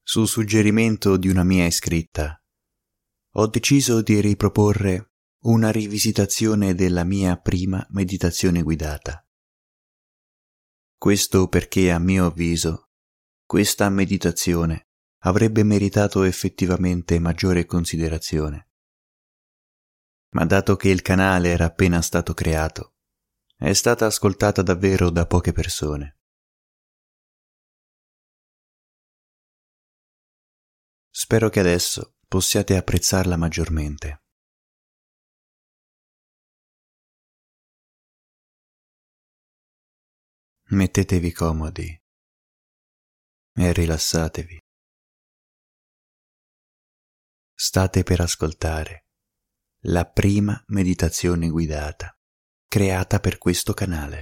Su suggerimento di una mia iscritta, ho deciso di riproporre una rivisitazione della mia prima meditazione guidata. Questo perché, a mio avviso, questa meditazione avrebbe meritato effettivamente maggiore considerazione. Ma dato che il canale era appena stato creato, è stata ascoltata davvero da poche persone. Spero che adesso possiate apprezzarla maggiormente. Mettetevi comodi e rilassatevi. State per ascoltare la prima meditazione guidata creata per questo canale.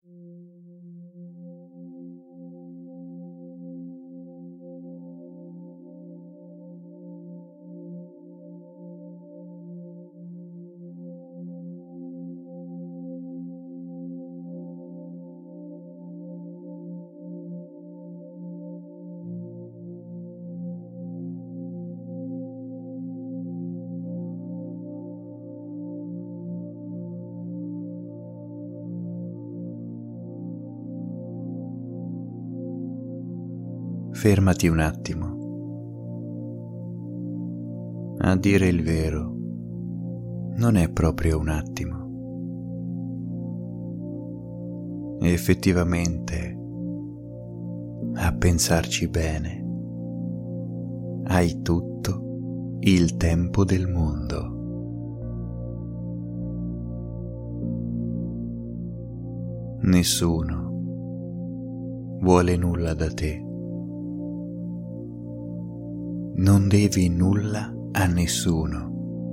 Fermati un attimo. A dire il vero, non è proprio un attimo. Effettivamente, a pensarci bene, hai tutto il tempo del mondo. Nessuno vuole nulla da te. Non devi nulla a nessuno.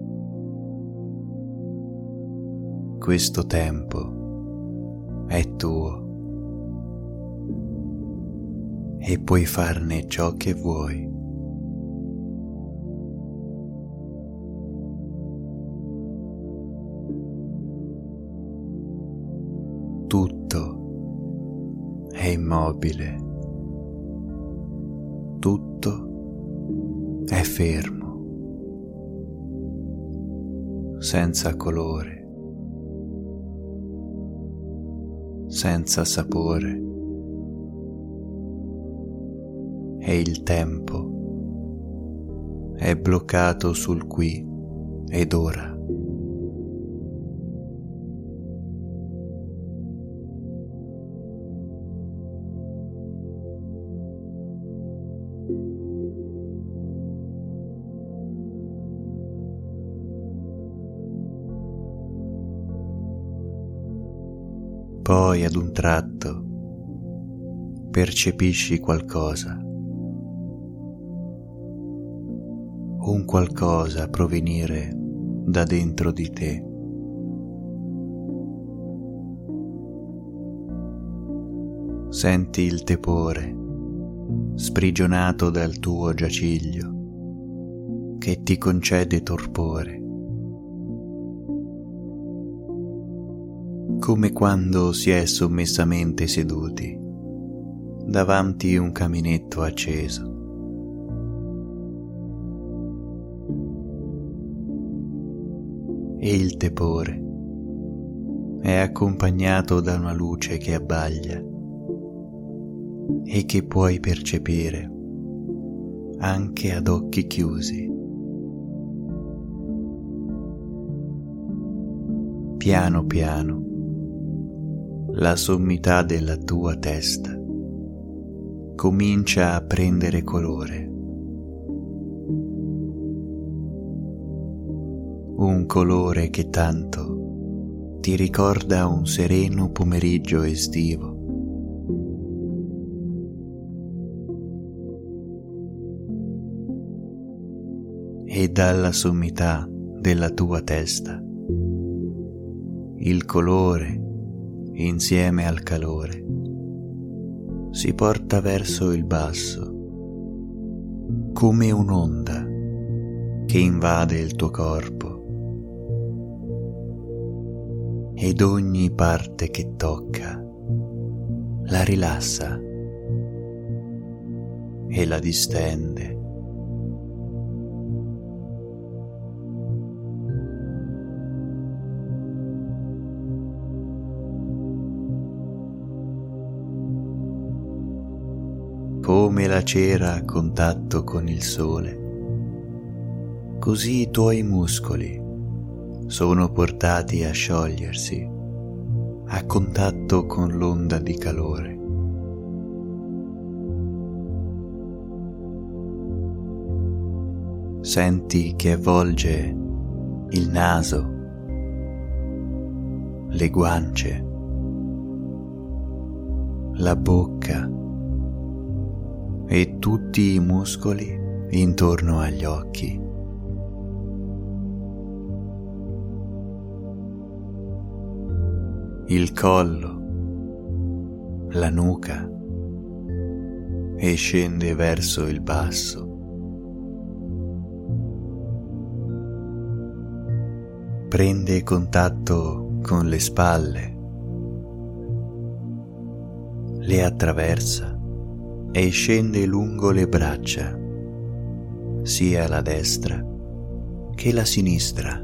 Questo tempo è tuo e puoi farne ciò che vuoi. Tutto è immobile. Tutto è fermo, senza colore, senza sapore, e il tempo è bloccato sul qui ed ora. Poi ad un tratto percepisci qualcosa, un qualcosa provenire da dentro di te. Senti il tepore sprigionato dal tuo giaciglio che ti concede torpore. Come quando si è sommessamente seduti davanti un caminetto acceso. E il tepore è accompagnato da una luce che abbaglia e che puoi percepire anche ad occhi chiusi. Piano piano la sommità della tua testa comincia a prendere colore. Un colore che tanto ti ricorda un sereno pomeriggio estivo. E dalla sommità della tua testa il colore, insieme al calore, si porta verso il basso, come un'onda che invade il tuo corpo, ed ogni parte che tocca la rilassa e la distende. Come la cera a contatto con il sole, così i tuoi muscoli sono portati a sciogliersi a contatto con l'onda di calore. Senti che avvolge il naso, le guance, la bocca e tutti i muscoli intorno agli occhi. Il collo, la nuca e scende verso il basso. Prende contatto con le spalle, le attraversa e scende lungo le braccia, sia la destra che la sinistra.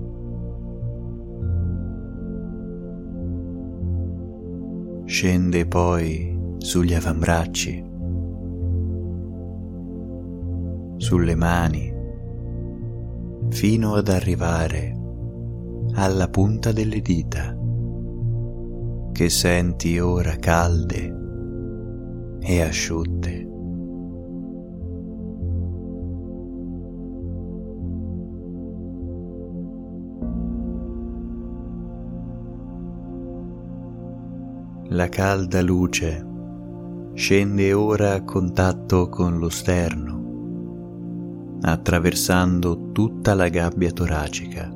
Scende poi sugli avambracci, sulle mani, fino ad arrivare alla punta delle dita, che senti ora calde e asciutte. La calda luce scende ora a contatto con lo sterno, attraversando tutta la gabbia toracica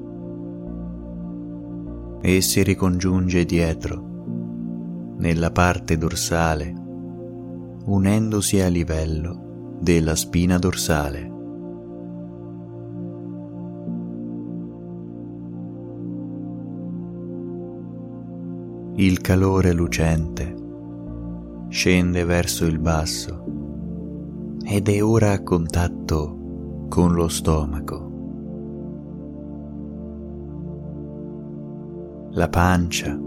e si ricongiunge dietro, nella parte dorsale, unendosi a livello della spina dorsale. Il calore lucente scende verso il basso ed è ora a contatto con lo stomaco. La pancia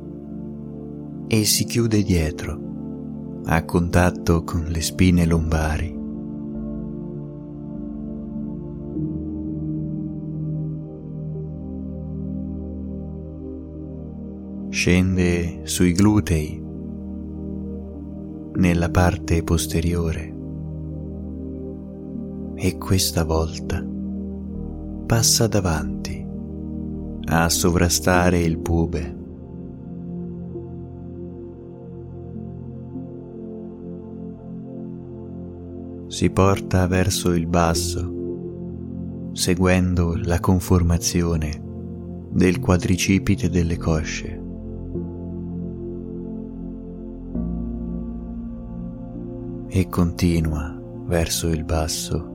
e si chiude dietro a contatto con le spine lombari. Scende sui glutei, nella parte posteriore, e questa volta passa davanti a sovrastare il pube. Si porta verso il basso, seguendo la conformazione del quadricipite delle cosce. E continua verso il basso.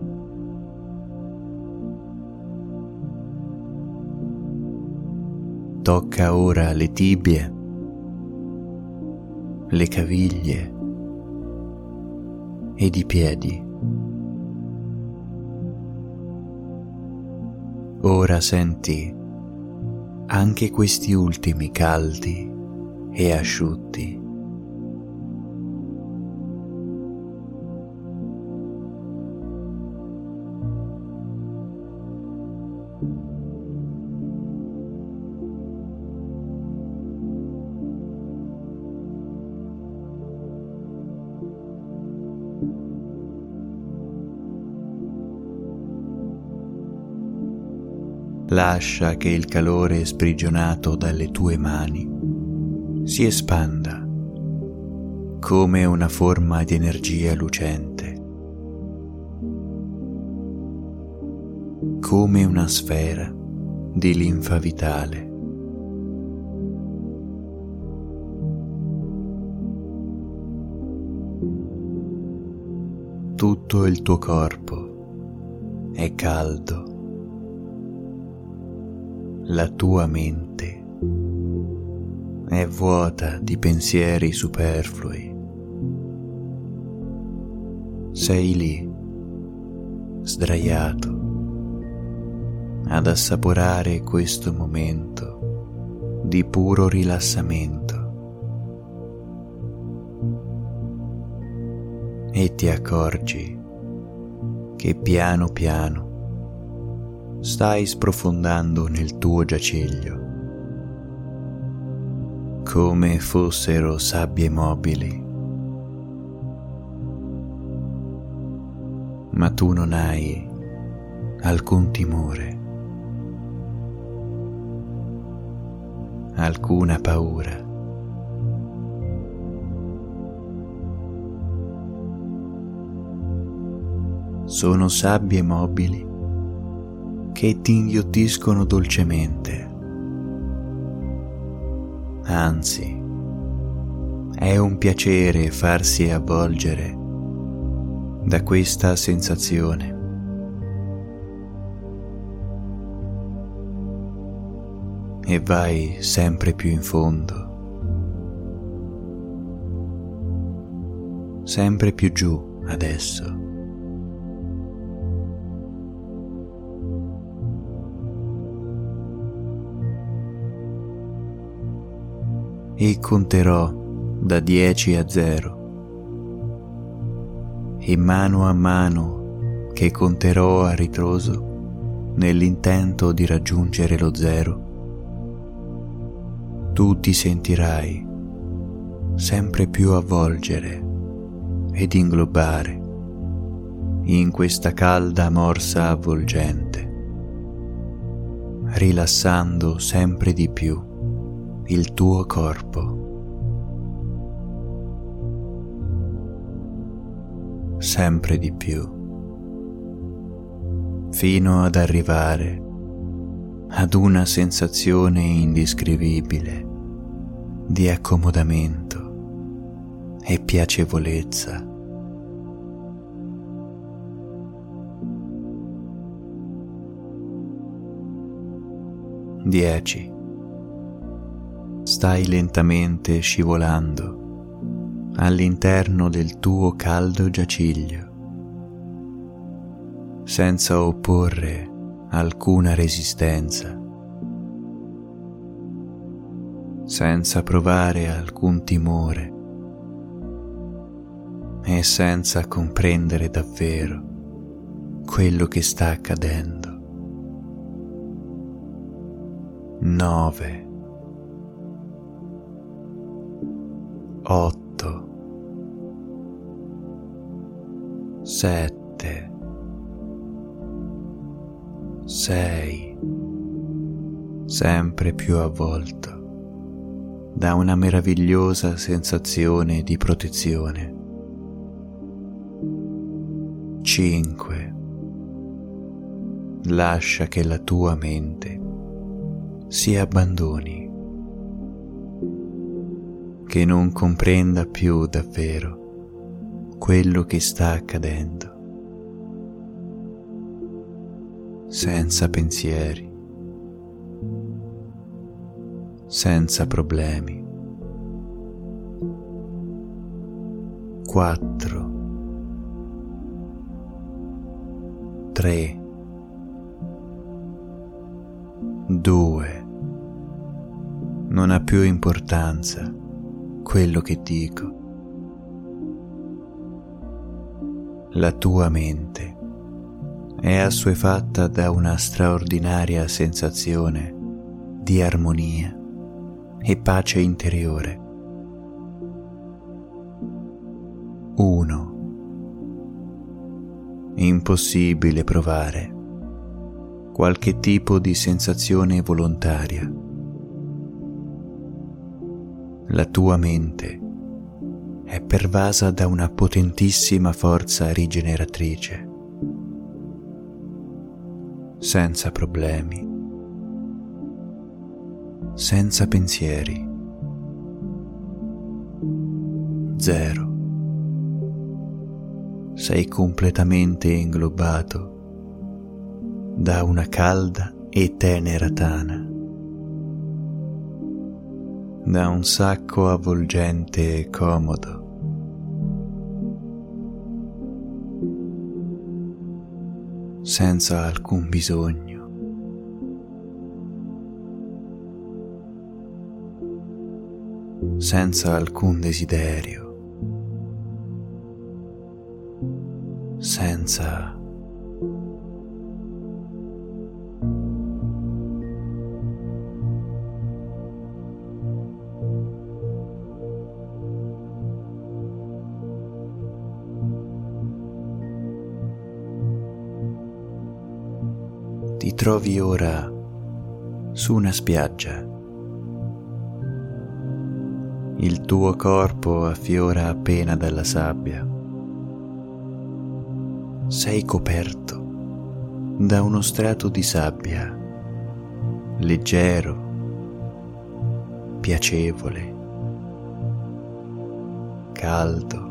Tocca ora le tibie, le caviglie ed i piedi. Ora senti anche questi ultimi caldi e asciutti. Lascia che il calore sprigionato dalle tue mani si espanda come una forma di energia lucente, come una sfera di linfa vitale. Tutto il tuo corpo è caldo. La tua mente è vuota di pensieri superflui. Sei lì, sdraiato, ad assaporare questo momento di puro rilassamento e ti accorgi che piano piano stai sprofondando nel tuo giaciglio come fossero sabbie mobili, ma tu non hai alcun timore, alcuna paura. Sono sabbie mobili che ti inghiottiscono dolcemente. Anzi, è un piacere farsi avvolgere da questa sensazione. E vai sempre più in fondo, sempre più giù adesso. E conterò da 10 a 0 e mano a mano che conterò a ritroso nell'intento di raggiungere lo 0, tu ti sentirai sempre più avvolgere ed inglobare in questa calda morsa avvolgente, rilassando sempre di più il tuo corpo, sempre di più, fino ad arrivare ad una sensazione indescrivibile di accomodamento e piacevolezza. Dieci. Stai lentamente scivolando all'interno del tuo caldo giaciglio, senza opporre alcuna resistenza, senza provare alcun timore e senza comprendere davvero quello che sta accadendo. 9, 8, 7, 6, sempre più avvolto da una meravigliosa sensazione di protezione. 5. Lascia che la tua mente si abbandoni, che non comprenda più davvero quello che sta accadendo, senza pensieri, senza problemi. 4, 3, 2, non ha più importanza quello che dico. La tua mente è assuefatta da una straordinaria sensazione di armonia e pace interiore. 1. Impossibile provare qualche tipo di sensazione volontaria. La tua mente è pervasa da una potentissima forza rigeneratrice, senza problemi, senza pensieri. 0. Sei completamente inglobato da una calda e tenera tana, da un sacco avvolgente e comodo. senza alcun bisogno. Senza alcun desiderio, senza ti trovi ora su una spiaggia. Il tuo corpo affiora appena dalla sabbia. Sei coperto da uno strato di sabbia leggero, piacevole, caldo,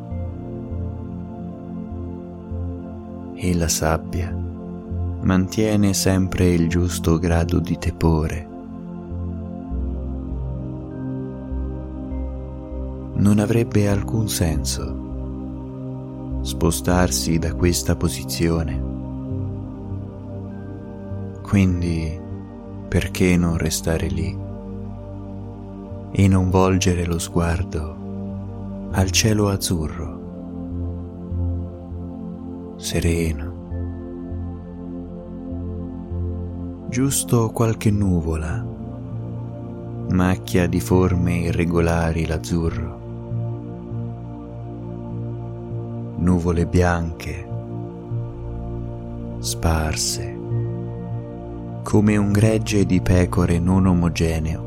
e la sabbia mantiene sempre il giusto grado di tepore. Non avrebbe alcun senso spostarsi da questa posizione. Quindi, perché non restare lì e non volgere lo sguardo al cielo azzurro, sereno? Giusto qualche nuvola macchia di forme irregolari l'azzurro. Nuvole bianche, sparse, come un gregge di pecore non omogeneo,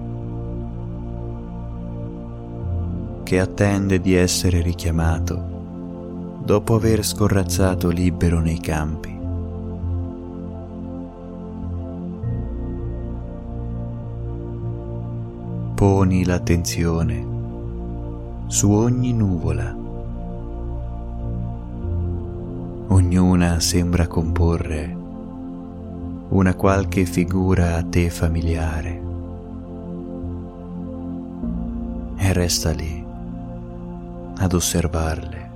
che attende di essere richiamato dopo aver scorrazzato libero nei campi. Poni l'attenzione su ogni nuvola. Ognuna sembra comporre una qualche figura a te familiare. E resta lì ad osservarle.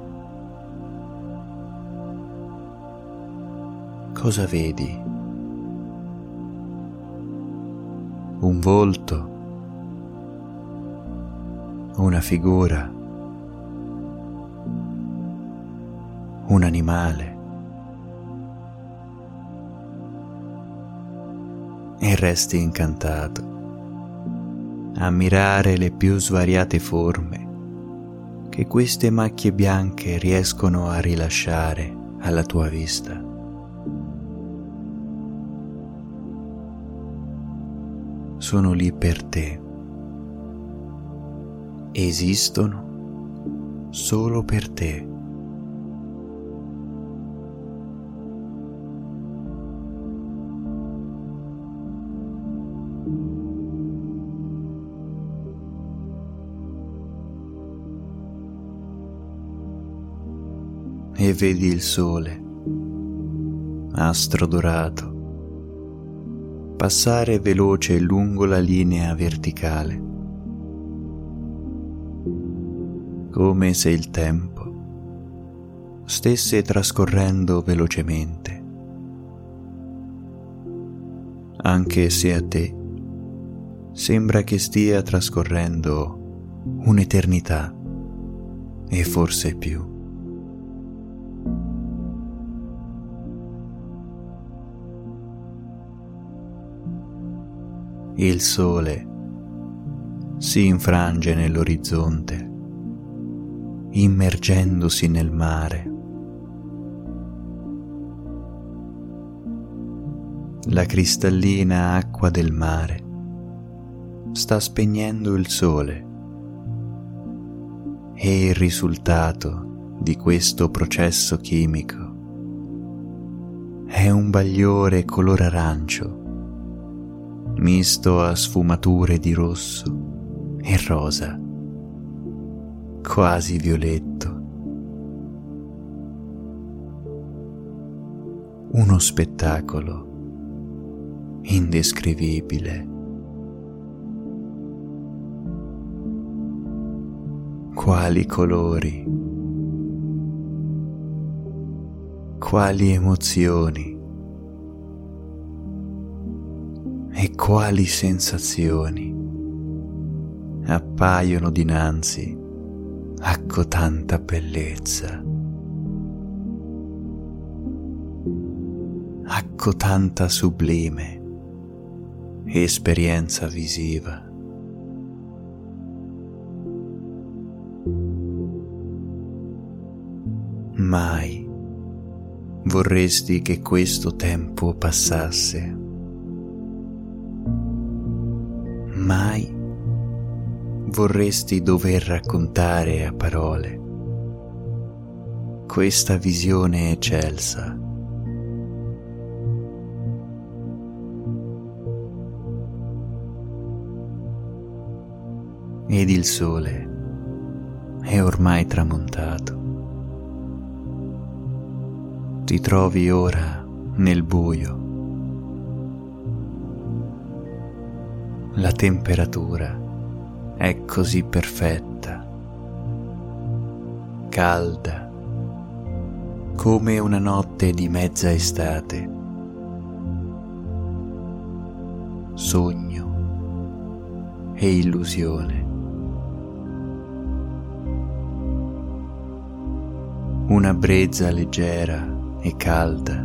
Cosa vedi? Un volto? Una figura? Un animale? E resti incantato a mirare le più svariate forme che queste macchie bianche riescono a rilasciare alla tua vista. Sono lì per te. Esistono solo per te. E vedi il sole, astro dorato, passare veloce lungo la linea verticale, come se il tempo stesse trascorrendo velocemente, anche se a te sembra che stia trascorrendo un'eternità e forse più. Il sole si infrange nell'orizzonte, immergendosi nel mare. La cristallina acqua del mare sta spegnendo il sole e il risultato di questo processo chimico è un bagliore color arancio misto a sfumature di rosso e rosa, quasi violetto. Uno spettacolo indescrivibile. Quali colori! quali emozioni e quali sensazioni appaiono dinanzi a cotanta bellezza, a cotanta sublime esperienza visiva. Mai vorresti che questo tempo passasse. Mai vorresti dover raccontare a parole questa visione eccelsa. Ed il sole è ormai tramontato. Ti trovi ora nel buio. La temperatura è così perfetta, calda, come una notte di mezza estate. Sogno e illusione. Una brezza leggera e calda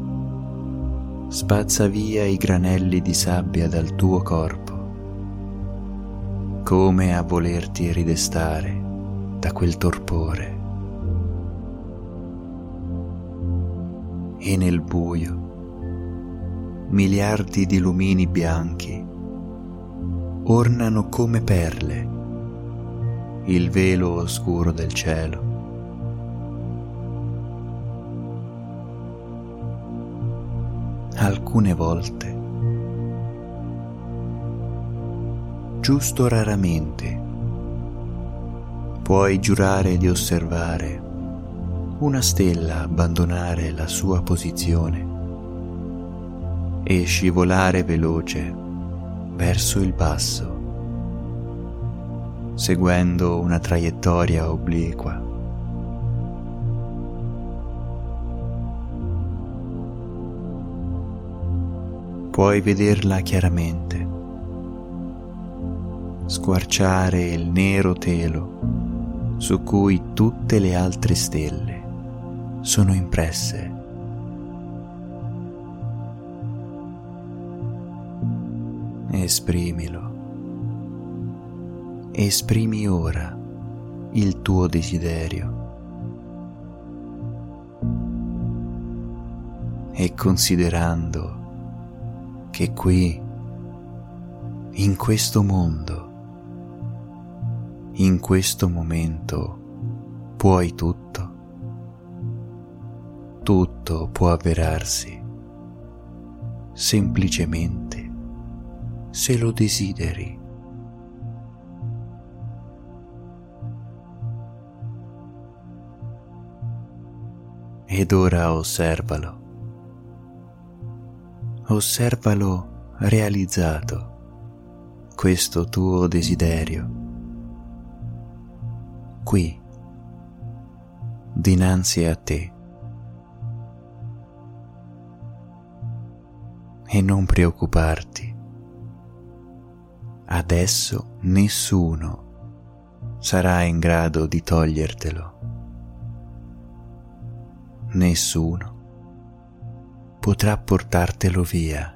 spazza via i granelli di sabbia dal tuo corpo, come a volerti ridestare da quel torpore. E nel buio miliardi di lumini bianchi ornano come perle il velo oscuro del cielo. Alcune volte, giusto raramente, puoi giurare di osservare una stella abbandonare la sua posizione e scivolare veloce verso il basso, seguendo una traiettoria obliqua. Puoi vederla chiaramente, squarciare il nero telo su cui tutte le altre stelle sono impresse. Esprimilo. Esprimi ora il tuo desiderio e considerando che qui, in questo mondo, in questo momento, puoi tutto. Tutto può avverarsi, semplicemente se lo desideri. Ed ora osservalo. Osservalo realizzato, questo tuo desiderio, qui, dinanzi a te. E non preoccuparti, adesso nessuno sarà in grado di togliertelo. Nessuno potrà portartelo via.